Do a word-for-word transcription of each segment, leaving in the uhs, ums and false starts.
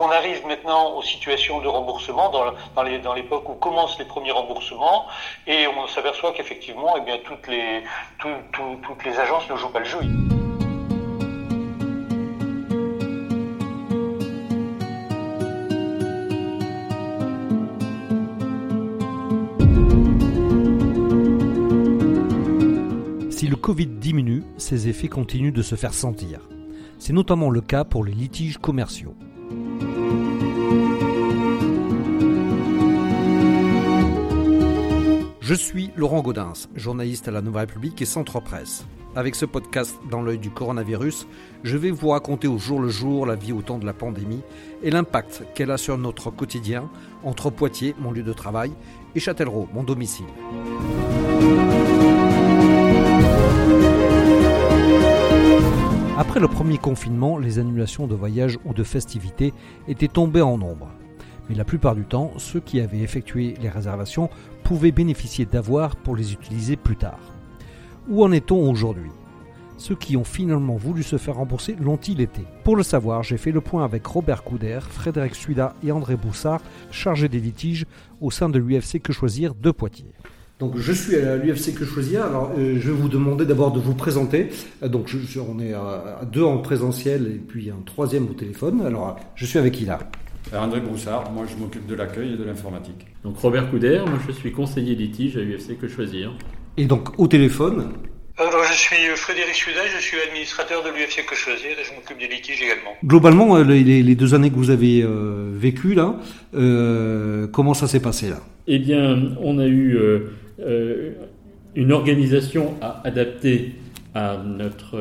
On arrive maintenant aux situations de remboursement dans, dans, les, dans l'époque où commencent les premiers remboursements et on s'aperçoit qu'effectivement, eh bien, toutes, les, tout, tout, toutes les agences ne jouent pas le jeu. Si le Covid diminue, ses effets continuent de se faire sentir. C'est notamment le cas pour les litiges commerciaux. Je suis Laurent Gaudens, journaliste à la Nouvelle République et Centre Presse. Avec ce podcast dans l'œil du coronavirus, je vais vous raconter au jour le jour la vie au temps de la pandémie et l'impact qu'elle a sur notre quotidien entre Poitiers, mon lieu de travail, et Châtellerault, mon domicile. Après le premier confinement, les annulations de voyages ou de festivités étaient tombées en nombre. Mais la plupart du temps, ceux qui avaient effectué les réservations pouvaient bénéficier d'avoirs pour les utiliser plus tard. Où en est-on aujourd'hui ? Ceux qui ont finalement voulu se faire rembourser l'ont-ils été ? Pour le savoir, j'ai fait le point avec Robert Couder, Frédéric Suida et André Boussard, chargés des litiges au sein de l'U F C Que Choisir de Poitiers. Donc je suis à l'U F C Que Choisir. Alors euh, je vais vous demander d'abord de vous présenter. Euh, donc je, je, on est à, à deux en présentiel et puis un troisième au téléphone. Alors je suis avec qui là ? André Broussard, moi je m'occupe de l'accueil et de l'informatique. Donc Robert Couder, moi je suis conseiller litige à l'U F C Que Choisir. Et donc au téléphone ? Alors je suis Frédéric Suida, je suis administrateur de l'U F C Que Choisir et je m'occupe des litiges également. Globalement, les, les deux années que vous avez euh, vécues là, euh, comment ça s'est passé là ? Eh bien, on a eu euh, euh, une organisation à adapter à notre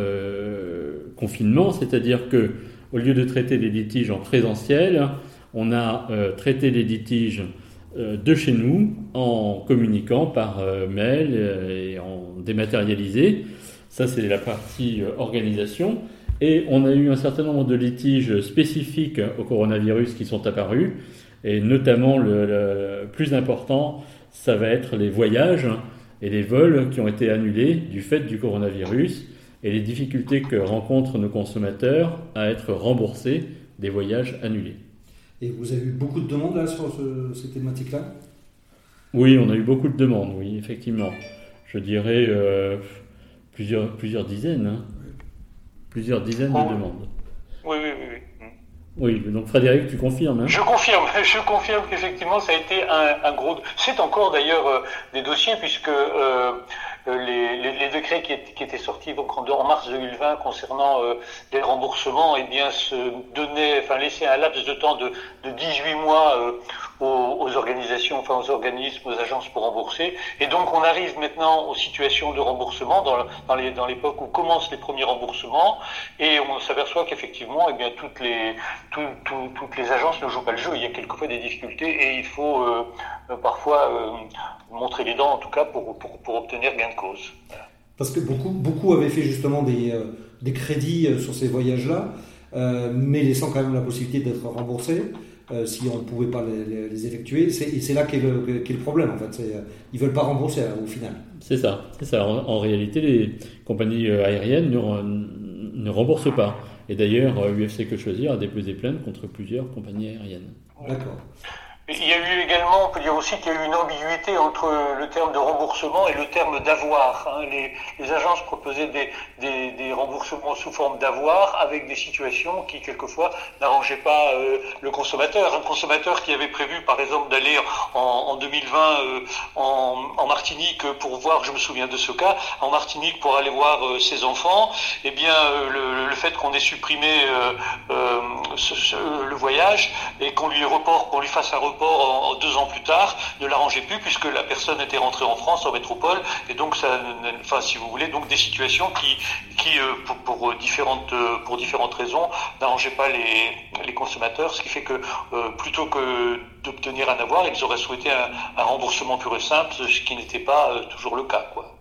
euh, confinement, c'est-à-dire que au lieu de traiter les litiges en présentiel, on a euh, traité les litiges euh, de chez nous en communiquant par euh, mail euh, et en dématérialisé. Ça, c'est la partie euh, organisation. Et on a eu un certain nombre de litiges spécifiques au coronavirus qui sont apparus. Et notamment, le, le plus important, ça va être les voyages et les vols qui ont été annulés du fait du coronavirus et les difficultés que rencontrent nos consommateurs à être remboursés des voyages annulés. Et vous avez eu beaucoup de demandes là sur ce, ces thématiques-là ? Oui, on a eu beaucoup de demandes, oui, effectivement. Je dirais euh, plusieurs, plusieurs dizaines. Hein. Plusieurs dizaines oh. de demandes. Oui, oui, oui. oui. Oui, donc Frédéric, tu confirmes hein ? Je confirme, je confirme qu'effectivement ça a été un, un gros... C'est encore d'ailleurs euh, des dossiers puisque euh, les, les, les décrets qui, est, qui étaient sortis donc en, en mars deux mille vingt concernant euh, les remboursements eh bien, se donnaient, enfin laissaient un laps de temps de, de dix-huit mois euh, aux, aux organisations, enfin aux organismes, aux agences pour rembourser. Et donc on arrive maintenant aux situations de remboursement dans, dans, les, dans l'époque où commencent les premiers remboursements et on s'aperçoit qu'effectivement eh bien, toutes les... Tout, tout, toutes les agences ne jouent pas le jeu. Il y a quelquefois des difficultés et il faut euh, euh, parfois euh, montrer les dents, en tout cas, pour, pour, pour obtenir gain de cause. Voilà. Parce que beaucoup, beaucoup avaient fait justement des, euh, des crédits euh, sur ces voyages-là, euh, mais laissant quand même la possibilité d'être remboursés euh, si on ne pouvait pas les, les, les effectuer. C'est, et c'est là qu'est le, qu'est le problème, en fait. C'est, euh, ils ne veulent pas rembourser euh, au final. C'est ça. C'est ça. En, en réalité, les compagnies aériennes ne, ne remboursent pas. Et d'ailleurs, l'U F C Que Choisir a déposé plainte contre plusieurs compagnies aériennes. D'accord. Il y a eu également, on peut dire aussi qu'il y a eu une ambiguïté entre le terme de remboursement et le terme d'avoir. Hein. Les, les agences proposaient des, des, des remboursements sous forme d'avoir avec des situations qui, quelquefois, n'arrangeaient pas euh, le consommateur. Un consommateur qui avait prévu, par exemple, d'aller en, en deux mille vingt euh, en, en Martinique pour voir, je me souviens de ce cas, en Martinique pour aller voir euh, ses enfants, eh bien, euh, le, le fait qu'on ait supprimé euh, euh, ce, ce, le voyage et qu'on lui reporte, qu'on lui fasse un report En, en deux ans plus tard, ne l'arrangeait plus puisque la personne était rentrée en France, en métropole, et donc ça, enfin si vous voulez, donc des situations qui, qui euh, pour, pour différentes pour différentes raisons, n'arrangeaient pas les, les consommateurs, ce qui fait que euh, plutôt que d'obtenir un avoir, ils auraient souhaité un, un remboursement pur et simple, ce qui n'était pas euh, toujours le cas, quoi.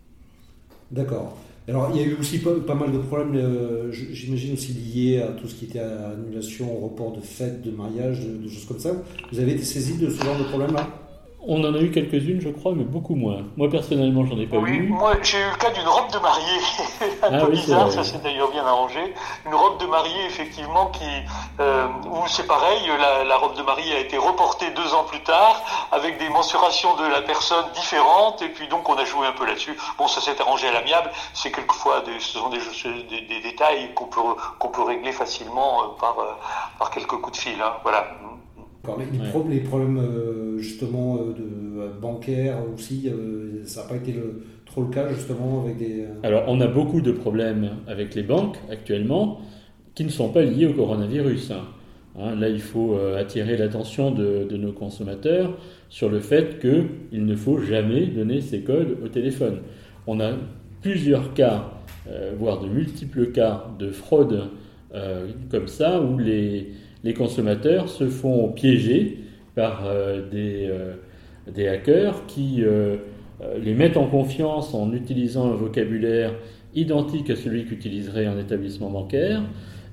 D'accord. Alors, il y a eu aussi pas, pas mal de problèmes, euh, j'imagine aussi liés à tout ce qui était annulation, report de fêtes, de mariage, de, de choses comme ça. Vous avez été saisi de ce genre de problème-là ? On en a eu quelques-unes, je crois, mais beaucoup moins. Moi, personnellement, j'en ai pas oui, eu. Moi, j'ai eu le cas d'une robe de mariée, un ah, peu oui, bizarre, ça s'est d'ailleurs bien arrangé. Une robe de mariée, effectivement, qui, euh, où c'est pareil, la, la robe de mariée a été reportée deux ans plus tard, avec des mensurations de la personne différentes, et puis donc on a joué un peu là-dessus. Bon, ça s'est arrangé à l'amiable, c'est quelquefois, des, ce sont des, des, des détails qu'on peut, qu'on peut régler facilement par, par quelques coups de fil, hein, voilà. Les, les, pro- les problèmes euh, justement euh, de, euh, bancaires aussi, euh, ça n'a pas été le, trop le cas justement avec des... Euh... Alors on a beaucoup de problèmes avec les banques actuellement qui ne sont pas liés au coronavirus. Hein. Hein, là il faut euh, attirer l'attention de, de nos consommateurs sur le fait qu'il ne faut jamais donner ses codes au téléphone. On a plusieurs cas, euh, voire de multiples cas de fraude euh, comme ça où les... les consommateurs se font piéger par euh, des, euh, des hackers qui euh, les mettent en confiance en utilisant un vocabulaire identique à celui qu'utiliserait un établissement bancaire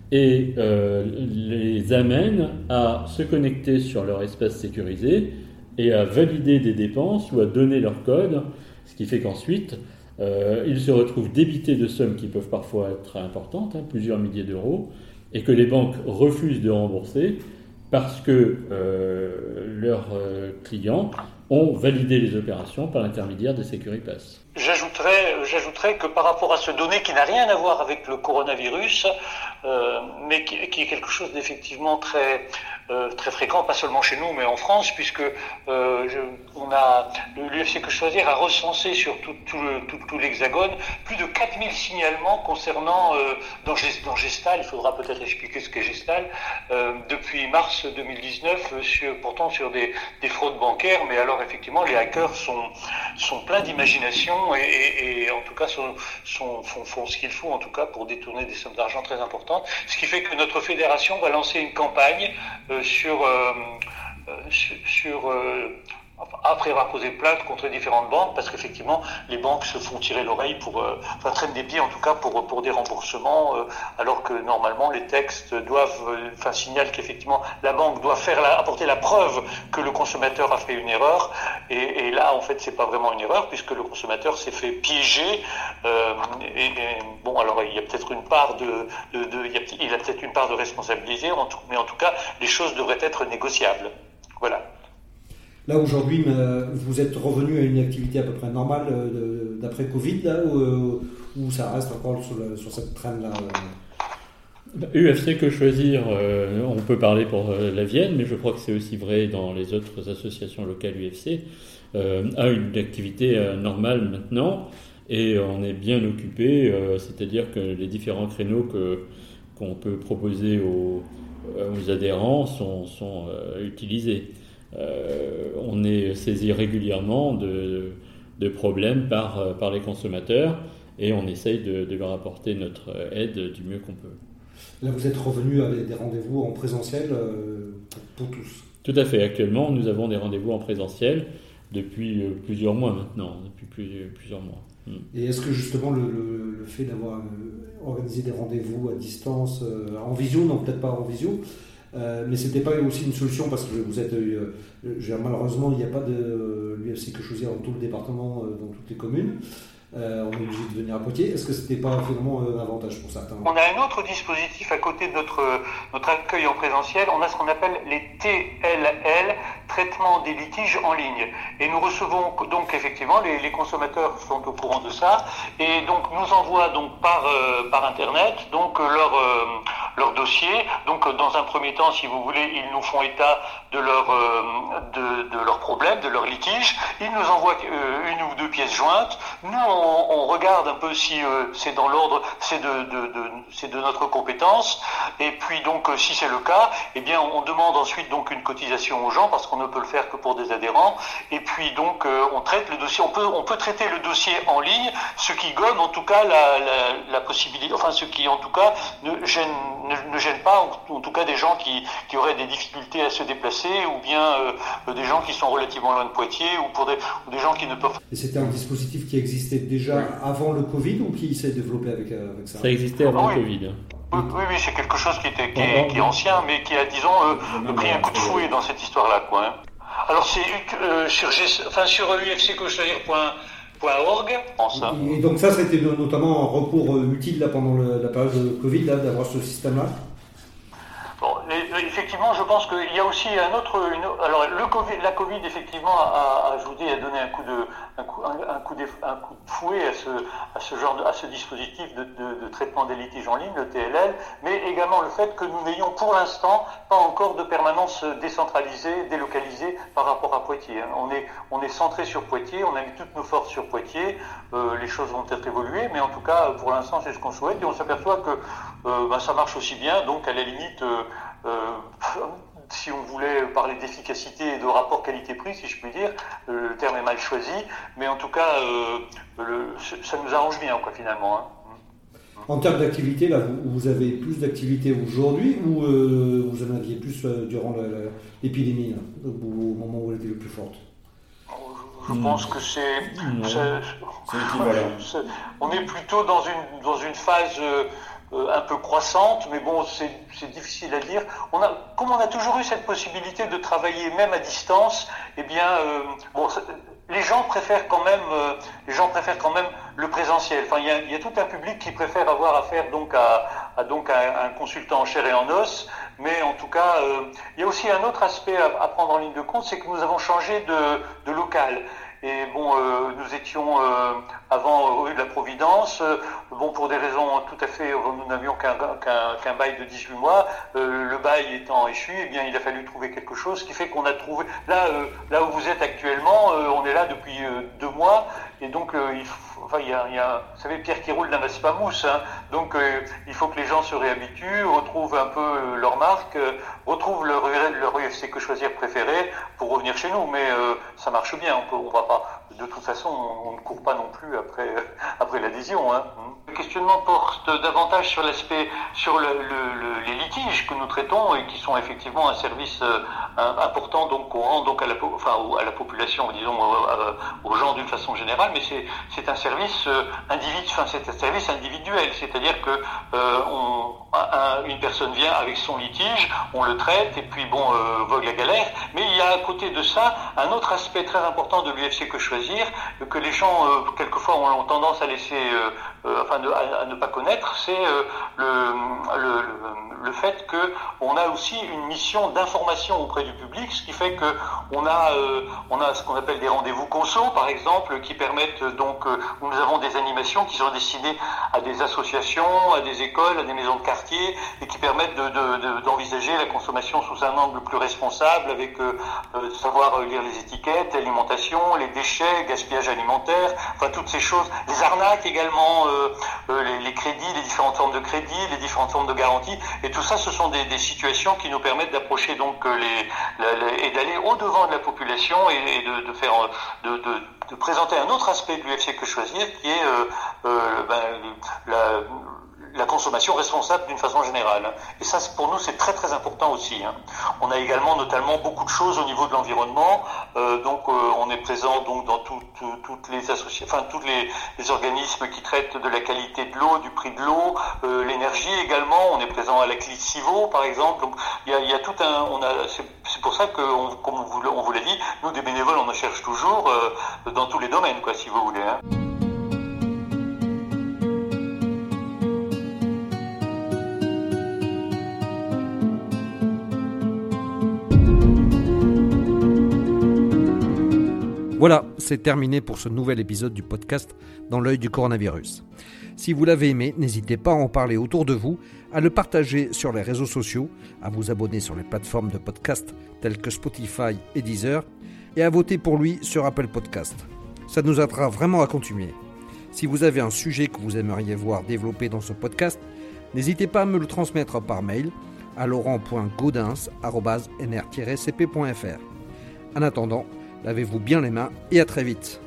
et euh, les amènent à se connecter sur leur espace sécurisé et à valider des dépenses ou à donner leur code, ce qui fait qu'ensuite euh, ils se retrouvent débités de sommes qui peuvent parfois être importantes, hein, plusieurs milliers d'euros, et que les banques refusent de rembourser parce que euh, leurs euh, clients ont validé les opérations par l'intermédiaire des Securipass. J'ajouterais, j'ajouterais que par rapport à ce donné qui n'a rien à voir avec le coronavirus, euh, mais qui, qui est quelque chose d'effectivement très, euh, très fréquent, pas seulement chez nous, mais en France, puisque euh, je, on a l'U F C Que Choisir a recensé sur tout, tout, le, tout, tout l'Hexagone plus de quatre mille signalements concernant euh, dans, dans Gestal, il faudra peut-être expliquer ce qu'est Gestal, euh, depuis mars deux mille dix-neuf, sur, pourtant sur des, des fraudes bancaires, mais alors effectivement les hackers sont, sont pleins d'imagination et, et, et en tout cas sont, sont, font, font ce qu'il faut en tout cas pour détourner des sommes d'argent très importantes. Ce qui fait que notre fédération va lancer une campagne euh, sur, euh, sur, sur euh, après avoir posé plainte contre différentes banques, parce qu'effectivement les banques se font tirer l'oreille pour, euh, enfin traînent des pieds en tout cas pour pour des remboursements, euh, alors que normalement les textes doivent, euh, enfin signalent qu'effectivement la banque doit faire la, apporter la preuve que le consommateur a fait une erreur, et, et là en fait c'est pas vraiment une erreur puisque le consommateur s'est fait piéger. Euh, et, et bon alors il y a peut-être une part de, de, de il, y a, il a peut-être une part de responsabilité, en tout, mais en tout cas les choses devraient être négociables. Voilà. Là, aujourd'hui, vous êtes revenu à une activité à peu près normale d'après Covid, là, ou, ou ça reste encore sur, le, sur cette traîne-là? U F C Que Choisir, euh, on peut parler pour euh, la Vienne, mais je crois que c'est aussi vrai dans les autres associations locales U F C, euh, a une activité euh, normale maintenant, et on est bien occupé, euh, c'est-à-dire que les différents créneaux que, qu'on peut proposer aux, aux adhérents sont, sont euh, utilisés. Euh, on est saisi régulièrement de, de problèmes par, par les consommateurs et on essaye de, de leur apporter notre aide du mieux qu'on peut. Là, vous êtes revenu avec des rendez-vous en présentiel euh, pour, pour tous? Tout à fait. Actuellement, nous avons des rendez-vous en présentiel depuis euh, plusieurs mois maintenant, depuis plus, plusieurs mois. Et est-ce que justement le, le, le fait d'avoir euh, organisé des rendez-vous à distance, euh, en visio, non peut-être pas en visio, Euh, mais c'était pas aussi une solution parce que vous êtes euh, malheureusement il n'y a pas de euh, l'U F C Que Choisir dans tout le département, euh, dans toutes les communes. Euh, on est obligé de venir à Poitiers. Est-ce que c'était pas finalement un avantage pour certains? On a un autre dispositif à côté de notre notre accueil en présentiel. On a ce qu'on appelle les T L L, traitement des litiges en ligne. Et nous recevons donc effectivement les, les consommateurs sont au courant de ça et donc nous envoient donc par euh, par internet donc leur euh, leur dossier. Donc dans un premier temps, si vous voulez, ils nous font état de leur euh, de de leurs problèmes, de leurs litiges. Ils nous envoient euh, une ou deux pièces jointes. Nous on On, on regarde un peu si euh, c'est dans l'ordre, c'est de, de, de, c'est de notre compétence. Et puis donc, euh, si c'est le cas, eh bien, on demande ensuite donc une cotisation aux gens parce qu'on ne peut le faire que pour des adhérents. Et puis donc, euh, on traite le dossier. On peut, on peut traiter le dossier en ligne, ce qui gomme en tout cas la, la, la possibilité, enfin, ce qui en tout cas ne gêne, ne, ne gêne pas, en tout cas des gens qui, qui auraient des difficultés à se déplacer, ou bien euh, des gens qui sont relativement loin de Poitiers, ou pour des, ou des gens qui ne peuvent. Et c'était un dispositif qui existait déjà avant le Covid ou qui s'est développé avec, avec ça? Ça existait avant ah, oui. le Covid. Oui, oui, oui, c'est quelque chose qui, était, qui, est, qui est ancien, mais qui a, disons, euh, pris un coup de fouet dans cette histoire-là, quoi. Hein. Alors c'est euh, sur, enfin, sur u f c que choisir point org. Et donc ça, c'était notamment un recours utile là, pendant le, la période de Covid, là, d'avoir ce système-là. Bon, effectivement, je pense qu'il y a aussi un autre. Une, alors, le COVID, la Covid, effectivement, a, a ajouté, a donné un coup de, un coup, un, un coup de, un coup de fouet à ce, à ce genre, de, à ce dispositif de, de, de traitement des litiges en ligne, le T L L, mais également le fait que nous n'ayons pour l'instant pas encore de permanence décentralisée, délocalisée par rapport à Poitiers. On est, on est centré sur Poitiers, on a mis toutes nos forces sur Poitiers. Euh, les choses vont peut-être évoluer, mais en tout cas, pour l'instant, c'est ce qu'on souhaite, et on s'aperçoit que euh, ben, ça marche aussi bien. Donc, à la limite. Euh, Euh, si on voulait parler d'efficacité et de rapport qualité-prix, si je puis dire, euh, le terme est mal choisi, mais en tout cas, euh, le, ça nous arrange bien, quoi, finalement. Hein. En termes d'activité, là, vous, vous avez plus d'activité aujourd'hui ou euh, vous en aviez plus euh, durant la, la, l'épidémie, là, au moment où elle était le plus forte? Je pense que c'est, c'est, c'est, c'est on est plutôt dans une dans une phase euh, un peu croissante, mais bon, c'est, c'est difficile à dire. On a, comme on a toujours eu cette possibilité de travailler même à distance, eh bien, euh, bon, ça, les gens préfèrent quand même, euh, les gens préfèrent quand même le présentiel. Enfin, il y a, il y a tout un public qui préfère avoir affaire donc à, à donc à un consultant en chair et en os. Mais en tout cas, euh, il y a aussi un autre aspect à, à prendre en ligne de compte, c'est que nous avons changé de, de local. Et bon, euh, nous étions euh, avant rue de la Providence, euh, bon pour des raisons tout à fait, nous n'avions qu'un, qu'un, qu'un bail de dix-huit mois, euh, le bail étant échu, eh bien il a fallu trouver quelque chose, ce qui fait qu'on a trouvé, là, euh, là où vous êtes actuellement, euh, on est là depuis euh, deux mois, et donc euh, il faut, enfin il y a, il y a, vous savez, pierre qui roule n'amasse pas mousse, hein, donc euh, il faut que les gens se réhabituent, retrouvent un peu euh, leur marque, euh, retrouvent leur, leur U F C que choisir préféré pour revenir chez nous, mais euh, ça marche bien, on peut, on va pas. De toute façon, on ne court pas non plus après, après l'adhésion. Hein. Le questionnement porte davantage sur l'aspect, sur le, le, le, les litiges que nous traitons et qui sont effectivement un service euh, important donc qu'on rend donc à la, enfin, à la population, disons euh, aux gens d'une façon générale, mais c'est, c'est un service euh, individu, enfin c'est un service individuel, c'est-à-dire que euh, on, un, une personne vient avec son litige, on le traite et puis bon euh, vogue la galère. Mais il y a à côté de ça un autre aspect très important de l'U F C que choisir, que les gens euh, quelquefois ont tendance à laisser, euh, euh, enfin de, à, à ne pas connaître, c'est euh, le, le, le, le fait que on a aussi une mission d'information auprès du public, ce qui fait que on a, euh, on a ce qu'on appelle des rendez-vous conso, par exemple, qui permettent donc, euh, où nous avons des animations qui sont destinées à des associations, à des écoles, à des maisons de quartier, et qui permettent de, de, de, d'envisager la consommation sous un angle plus responsable, avec euh, euh, savoir lire les étiquettes, l'alimentation, les déchets, gaspillage alimentaire, enfin toutes ces choses, les arnaques également, euh, euh, les, les crédits, les différentes formes de crédit, les différentes formes de garantie, et tout ça, ce sont des, des situations qui nous permettent d'approcher donc les, la, la, et d'aller au devant de la population et, et de, de faire, de, de, de présenter un autre aspect de l'U F C que choisir, qui est euh, euh, ben, la la consommation responsable d'une façon générale. Et ça, pour nous, c'est très très important aussi. Hein. On a également notamment beaucoup de choses au niveau de l'environnement. Euh, donc, euh, on est présent donc dans tout, tout, toutes les associations, enfin tous les, les organismes qui traitent de la qualité de l'eau, du prix de l'eau, euh, l'énergie également. On est présent à la C L I C I V O, par exemple. Donc, il y a, il y a tout un. On a. C'est, c'est pour ça que, on, comme on vous, on vous l'a dit, nous des bénévoles, on en cherche toujours euh, dans tous les domaines, quoi, si vous voulez. Hein. Voilà, c'est terminé pour ce nouvel épisode du podcast Dans l'œil du coronavirus. Si vous l'avez aimé, n'hésitez pas à en parler autour de vous, à le partager sur les réseaux sociaux, à vous abonner sur les plateformes de podcast telles que Spotify et Deezer, et à voter pour lui sur Apple Podcast. Ça nous aidera vraiment à continuer. Si vous avez un sujet que vous aimeriez voir développé dans ce podcast, n'hésitez pas à me le transmettre par mail à laurent point gaudens arobase n r tiret c p point f r. En attendant, lavez-vous bien les mains et à très vite.